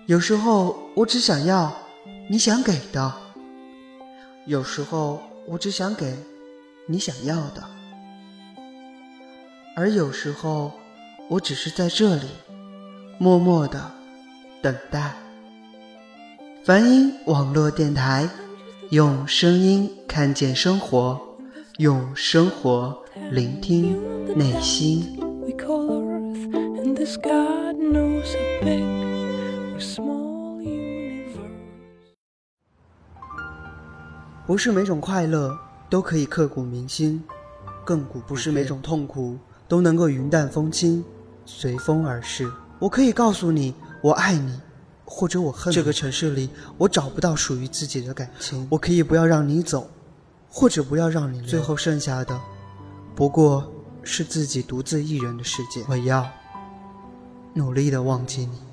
有时候我只想要你想给的，有时候我只想给你想要的，而有时候我只是在这里默默地等待。梵音网络电台，用声音看见生活，用生活聆听内心。不是每种快乐都可以刻骨铭心，更不是每种痛苦都能够云淡风轻，随风而逝。我可以告诉你我爱你，或者我恨你。这个城市里我找不到属于自己的感情，我可以不要让你走，或者不要让你留，最后剩下的不过是自己独自一人的世界。我要努力地忘记你，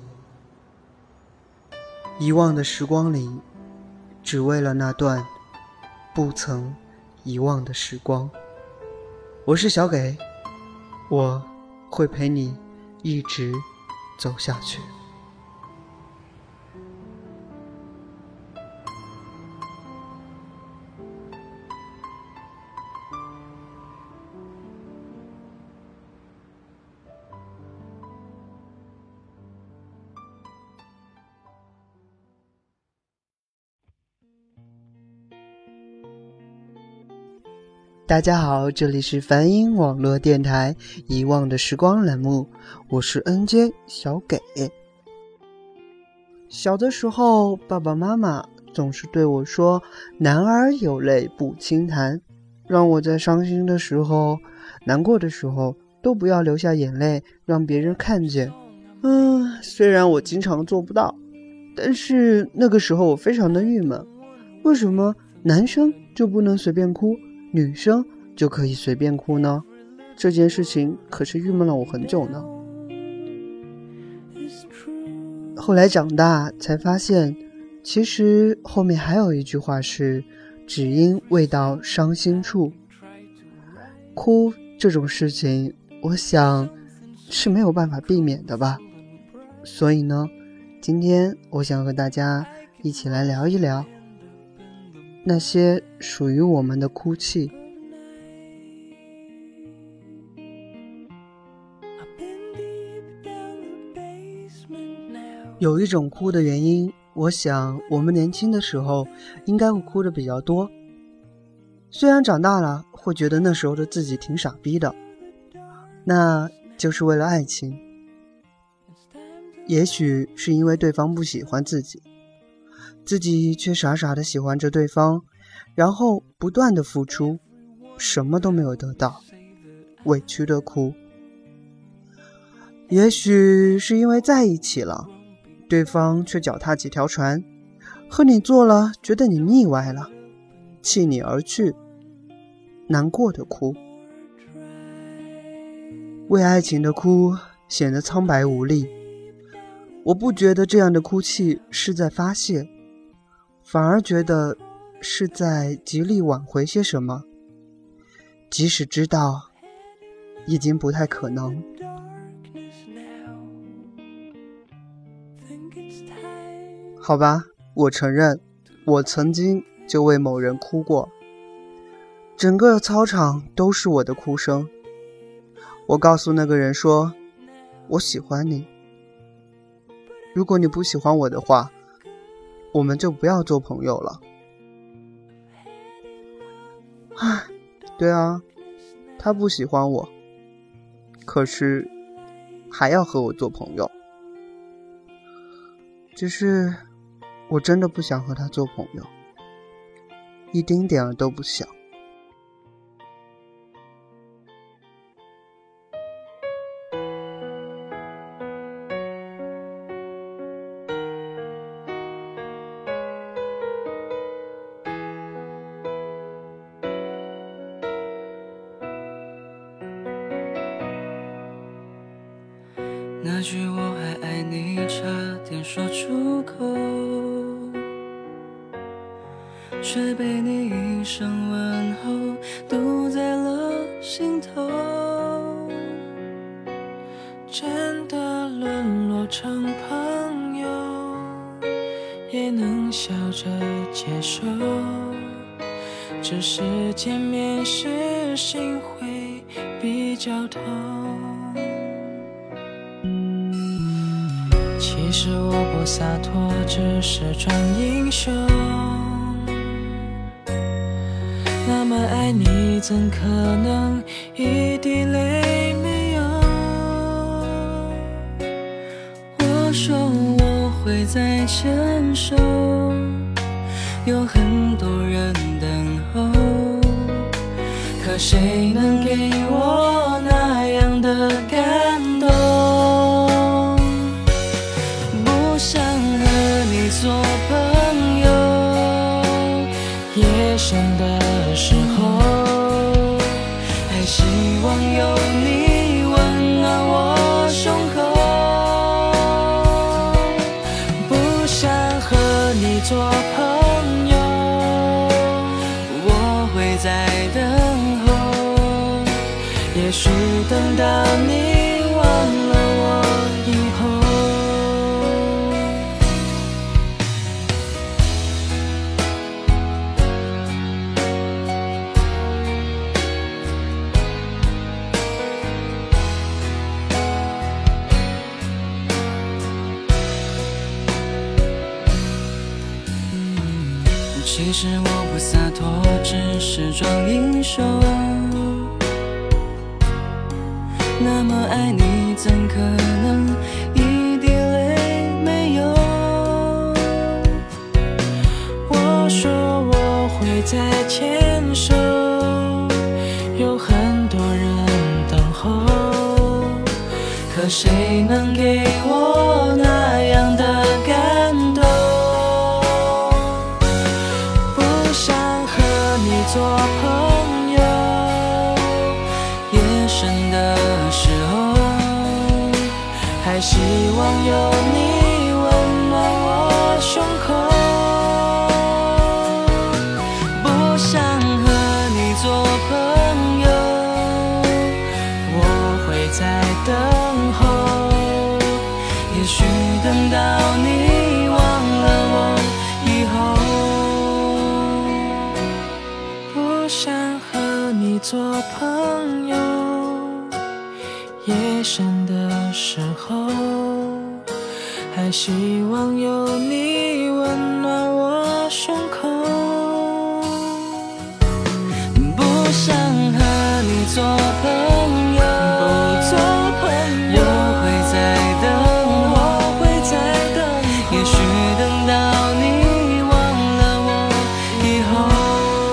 遗忘的时光里，只为了那段不曾遗忘的时光。我是小给，我会陪你一直走下去。大家好，这里是梵音网络电台遗忘的时光栏目，我是 NJ 小给。小的时候，爸爸妈妈总是对我说，男儿有泪不轻弹，让我在伤心的时候，难过的时候都不要流下眼泪让别人看见。虽然我经常做不到，但是那个时候我非常的郁闷，为什么男生就不能随便哭，女生就可以随便哭呢？这件事情可是郁闷了我很久呢。后来长大才发现，其实后面还有一句话是，只因未到伤心处。哭这种事情，我想是没有办法避免的吧。所以呢，今天我想和大家一起来聊一聊那些属于我们的哭泣。有一种哭的原因，我想我们年轻的时候应该会哭的比较多，虽然长大了会觉得那时候的自己挺傻逼的，那就是为了爱情。也许是因为对方不喜欢自己，自己却傻傻的喜欢着对方，然后不断的付出，什么都没有得到，委屈的哭。也许是因为在一起了，对方却脚踏几条船，和你做了觉得你腻歪了，弃你而去，难过的哭。为爱情的哭显得苍白无力，我不觉得这样的哭泣是在发泄，反而觉得是在极力挽回些什么，即使知道已经不太可能。好吧，我承认，我曾经就为某人哭过，整个操场都是我的哭声。我告诉那个人说，我喜欢你，如果你不喜欢我的话，我们就不要做朋友了。对啊，他不喜欢我，可是还要和我做朋友。只是我真的不想和他做朋友，一丁点儿都不想。 那句我还爱你差点说出口，却被你一声问候堵在了心头，真的沦落成朋友。 笑着接受，只是见面时心会比较痛。其实我不洒脱，只是装英雄。那么爱你，怎可能一滴泪没有？我说我会再牵手，有很多人等候，可谁能给我那样的感动？不想和你做朋友，夜深的时候，还希望有你温暖我胸口。不想和你做朋友，我会在等候，也许等到你忘了我以后。其实我不洒脱，只是装英雄。那么爱你，怎可能一滴泪没有？我说我会再牵手，有很多人等候，可谁能给我那样的感动？做朋友，夜深的时候，还希望有你温暖我胸口。不想和你做朋友，我会在等候，也许等到你忘了我以后。不想和你做朋友，夜深的时候，还希望有你温暖我胸口。不想和你做朋友，我会在等候，也许等到你忘了我以后。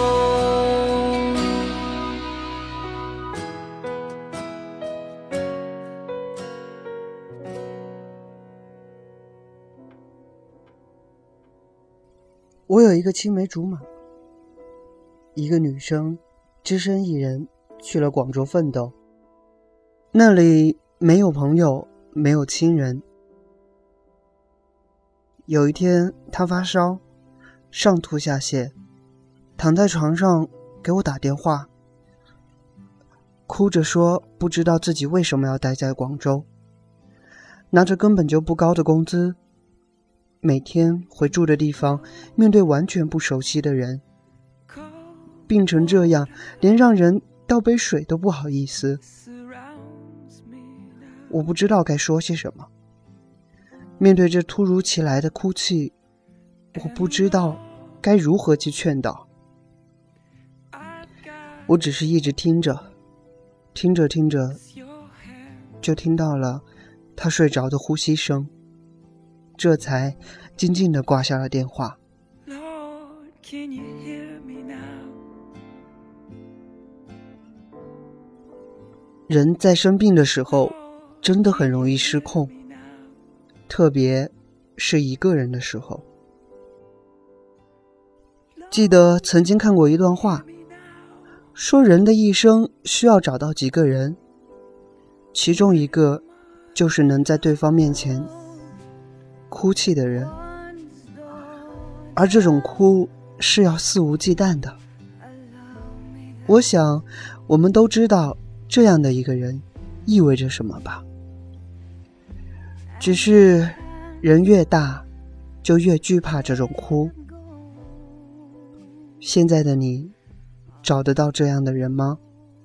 我有一个青梅竹马，一个女生只身一人去了广州奋斗，那里没有朋友，没有亲人。有一天她发烧，上吐下泻，躺在床上给我打电话，哭着说不知道自己为什么要待在广州，拿着根本就不高的工资，每天回住的地方，面对完全不熟悉的人，病成这样，连让人倒杯水都不好意思。我不知道该说些什么，面对这突如其来的哭泣，我不知道该如何去劝导。我只是一直听着，听着听着，就听到了他睡着的呼吸声，这才静静地挂下了电话。人在生病的时候真的很容易失控，特别是一个人的时候。记得曾经看过一段话，说人的一生需要找到几个人，其中一个就是能在对方面前哭泣的人，而这种哭是要肆无忌惮的。我想我们都知道这样的一个人意味着什么吧，只是人越大就越惧怕这种哭。现在的你，找得到这样的人吗？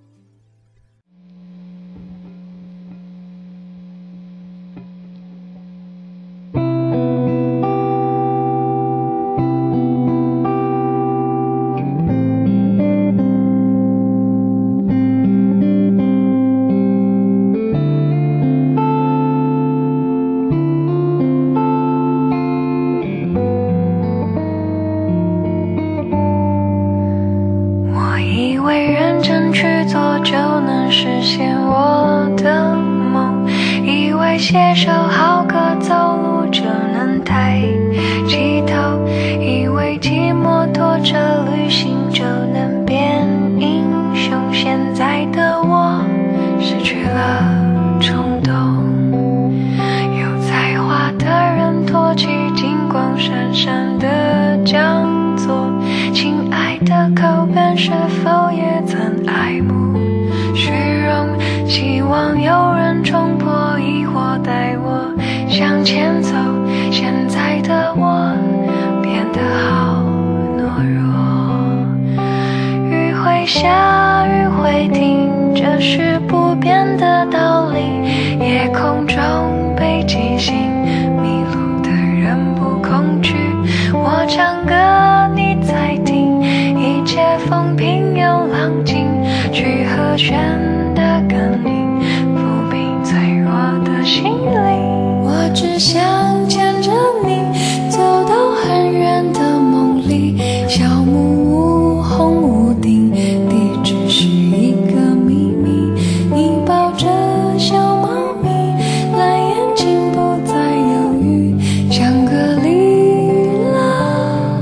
写首好歌走路就能抬起头，以为寂寞拖着旅行就能变英雄，现在的我失去了冲动。有才华的人托起金光闪闪的讲座，亲爱的口边是否也曾爱慕虚荣，希望有人冲破疑惑带我向前走，现在的我变得好懦弱。雨会下，雨会停，这是不变的道理。夜空中北极星，迷路的人不恐惧。我唱歌你在听，一切风平又浪静，去和弦的根音，抚平脆弱的心灵。我只想牵着你走到很远的梦里，小木屋红屋顶，地址是一个秘密。你抱着小猫咪，蓝眼睛不再犹豫，香格里拉，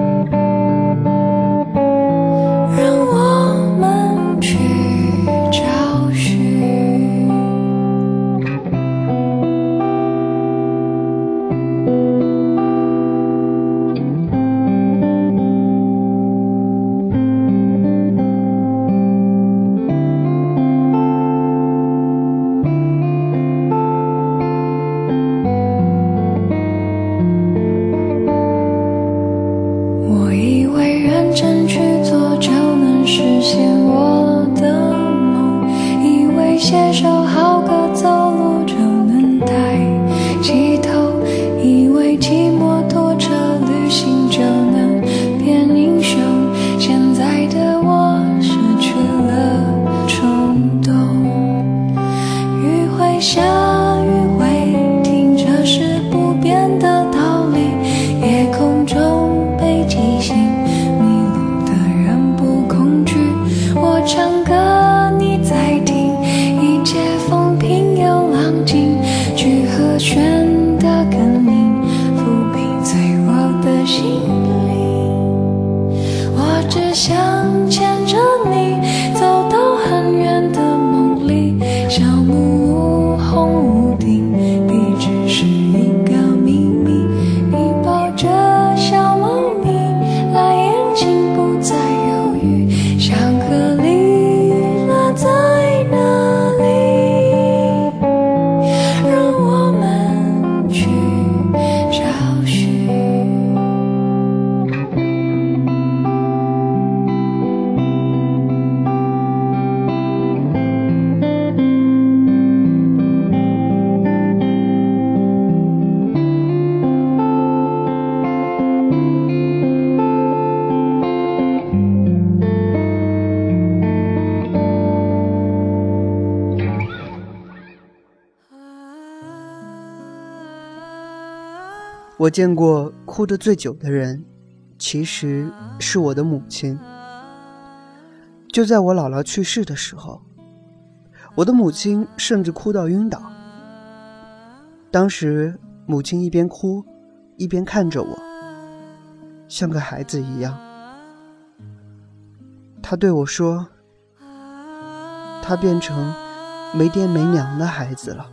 让我们去找寻。我以为认真去做就能实现我的梦，以为写首好歌走路就能抬起头，以为寂寞拖着旅行就能变英雄，现在的我失去了冲动。雨会下，雨会停，这是不变的道理。夜空中北极星，迷路的人不恐惧。我唱歌你在听，一切风平又浪静，去和弦的根音，抚平脆弱的心灵。我只想牵着你走到很远的梦里，小木屋红屋顶，地址是一个秘密。你抱着小猫咪，蓝眼睛不再犹豫，香格里拉在哪里？让我们去找寻。 我见过哭得最久的人，其实是我的母亲。就在我姥姥去世的时候，我的母亲甚至哭到晕倒。当时母亲一边哭一边看着我，像个孩子一样。她对我说，她变成没爹没娘的孩子了。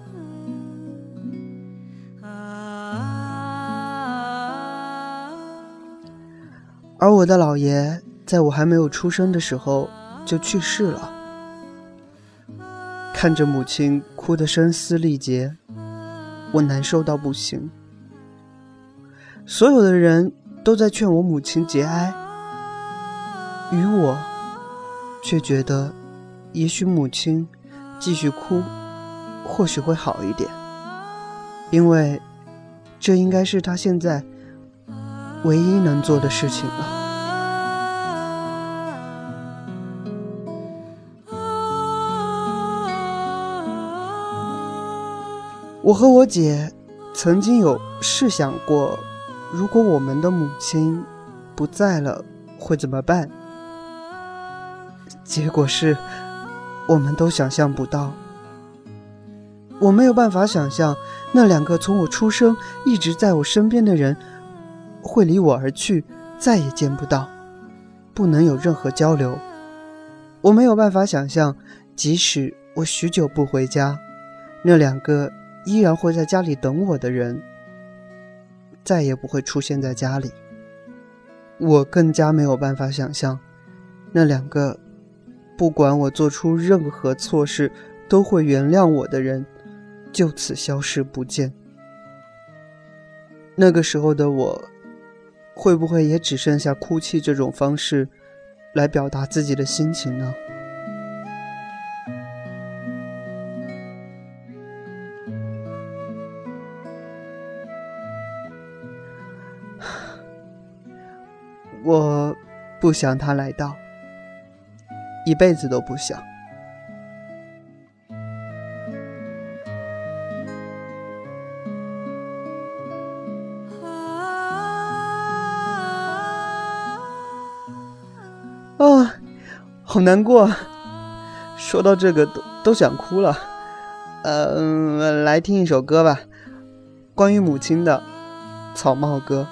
而我的姥爷在我还没有出生的时候就去世了。看着母亲哭得声嘶力竭，我难受到不行。 所有的人都在劝我母亲节哀，于我却觉得也许母亲继续哭或许会好一点，因为这应该是她现在唯一能做的事情了。我和我姐曾经有试想过，如果我们的母亲不在了会怎么办？结果是我们都想象不到。我没有办法想象那2个从我出生一直在我身边的人会离我而去，再也见不到，不能有任何交流。我没有办法想象，即使我许久不回家，那2个依然会在家里等我的人再也不会出现在家里。我更加没有办法想象，那2个不管我做出任何错事都会原谅我的人就此消失不见。那个时候的我会不会也只剩下哭泣这种方式来表达自己的心情呢？我不想他来到，一辈子都不想。好难过，说到这个都想哭了。来听一首歌吧，关于母亲的《草帽歌》。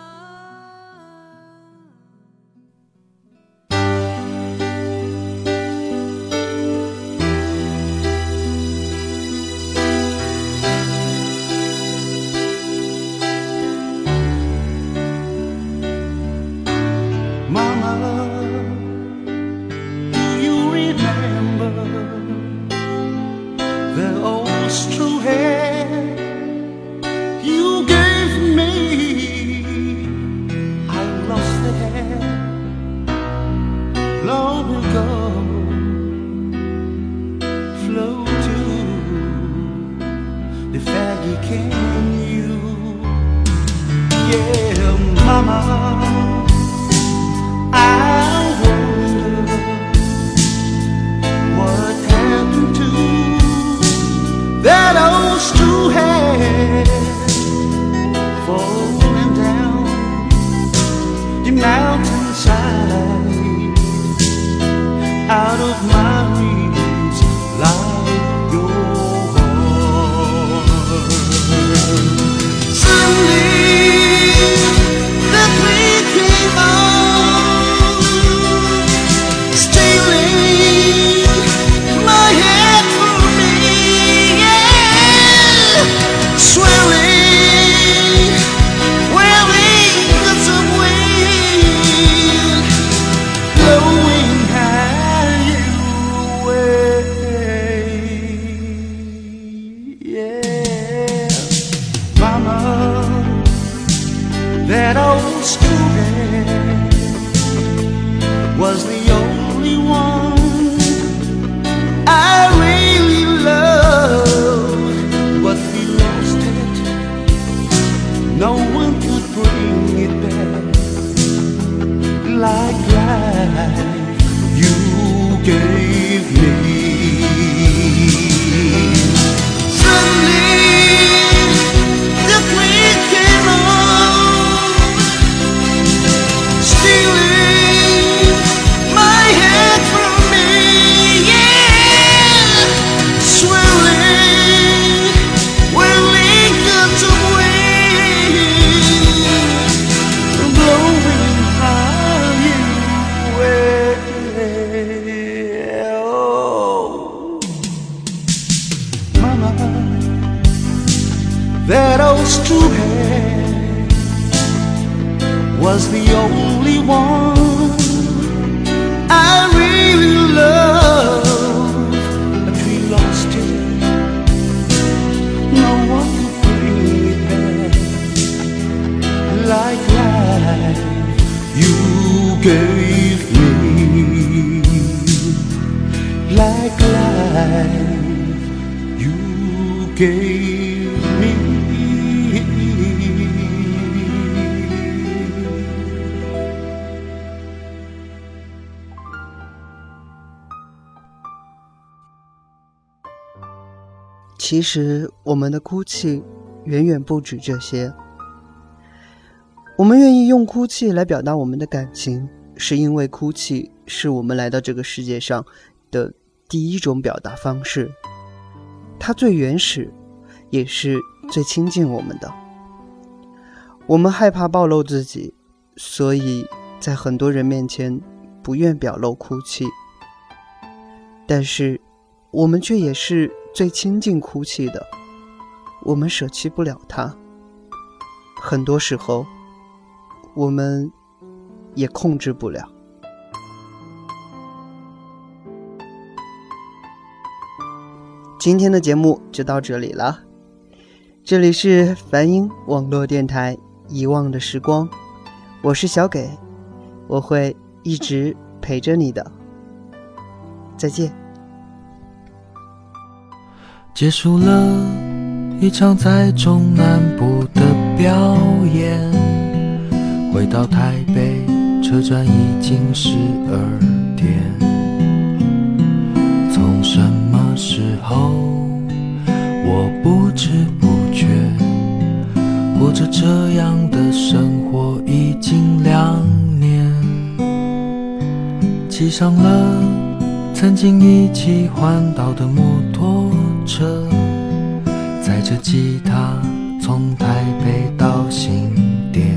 Out of my reach, like yours. Suddenly, the wind came on, stealing my head from me, yeah. Swelling, welling guts of wind, blowing high away, yeah. Mama, that old story was the only one I really loved, but we lost it. No one could bring it back like life you gave me. Suddenly, the wind came on, stealing my head from me, yeah. Swelling, welling guts of wind, blowing high away. Oh, Mama, that old straw hat was the only one I really loved, but we lost it. No one could bring it back like gave me, like life you gave me. 其实我们的哭泣远远不止这些。我们愿意用哭泣来表达我们的感情，是因为哭泣是我们来到这个世界上的第一种表达方式，它最原始，也是最亲近我们的。我们害怕暴露自己，所以在很多人面前不愿表露哭泣，但是我们却也是最亲近哭泣的，我们舍弃不了它。很多时候我们也控制不了。今天的节目就到这里了，这里是梵音网络电台遗忘的时光，我是小给，我会一直陪着你的，再见。 结束了一场在中南部的表演，回到台北车站已经12点。从什么时候我不知不觉过着这样的生活已经2年，骑上了曾经一起环岛的摩托车，载着吉他从台北到新店，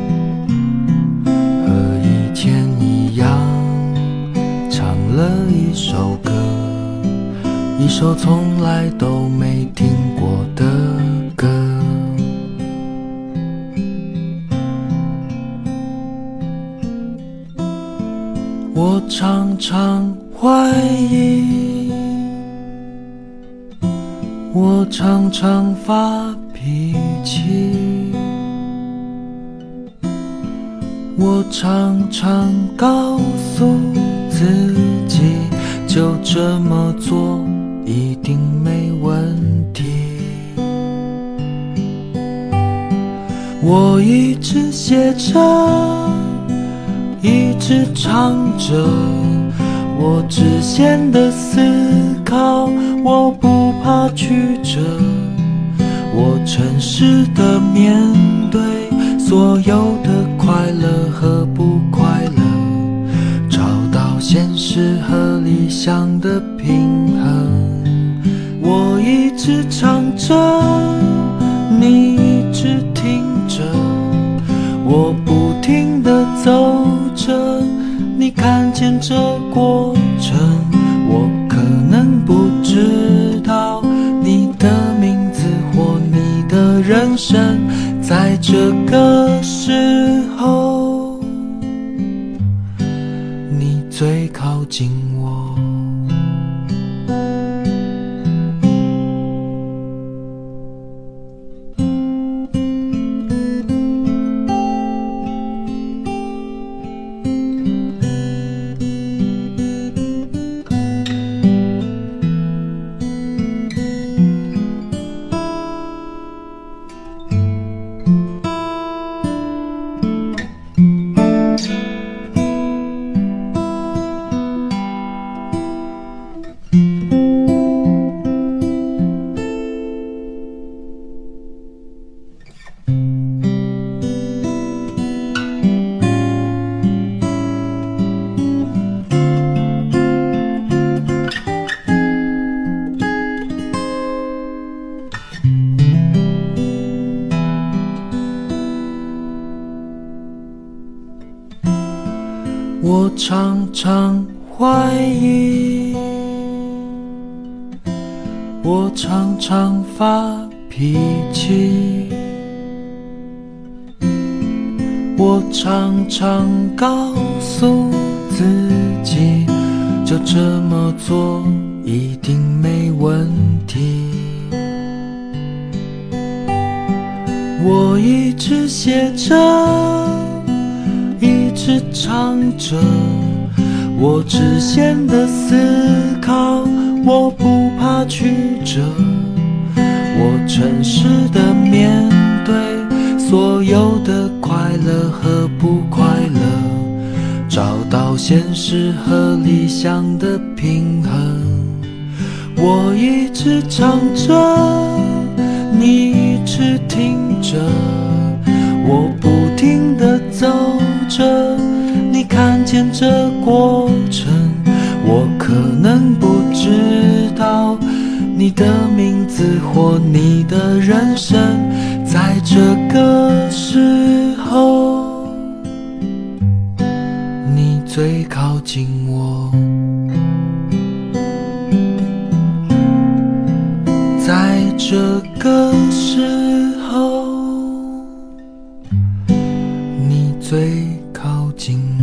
和以前一样唱了一首歌，一首从来都没听过的歌。我常常怀疑，我常常发脾气，我常常告诉自己就这么做一定没问题。我一直写着，一直唱着，我直线的思考，我不怕曲折，我诚实的面对所有的快乐和不快乐，找到现实和理想的平衡。我一直唱着，你一直听着，我不停地走着，你看见这过程，我可能不知道你的名字或你的人生，在这个时候，你最靠近我。我常常怀疑，我常常发脾气，我常常告诉自己就这么做一定没问题。我一直写着，一直直唱着我直线的思考，我不怕曲折，我诚实的面对所有的快乐和不快乐，找到现实和理想的平衡。我一直唱着，你一直听着，我不停地走着，你看见这过程。我可能不知道你的名字或你的人生，在这个时候你最靠近我，在这个时候你最靠近我。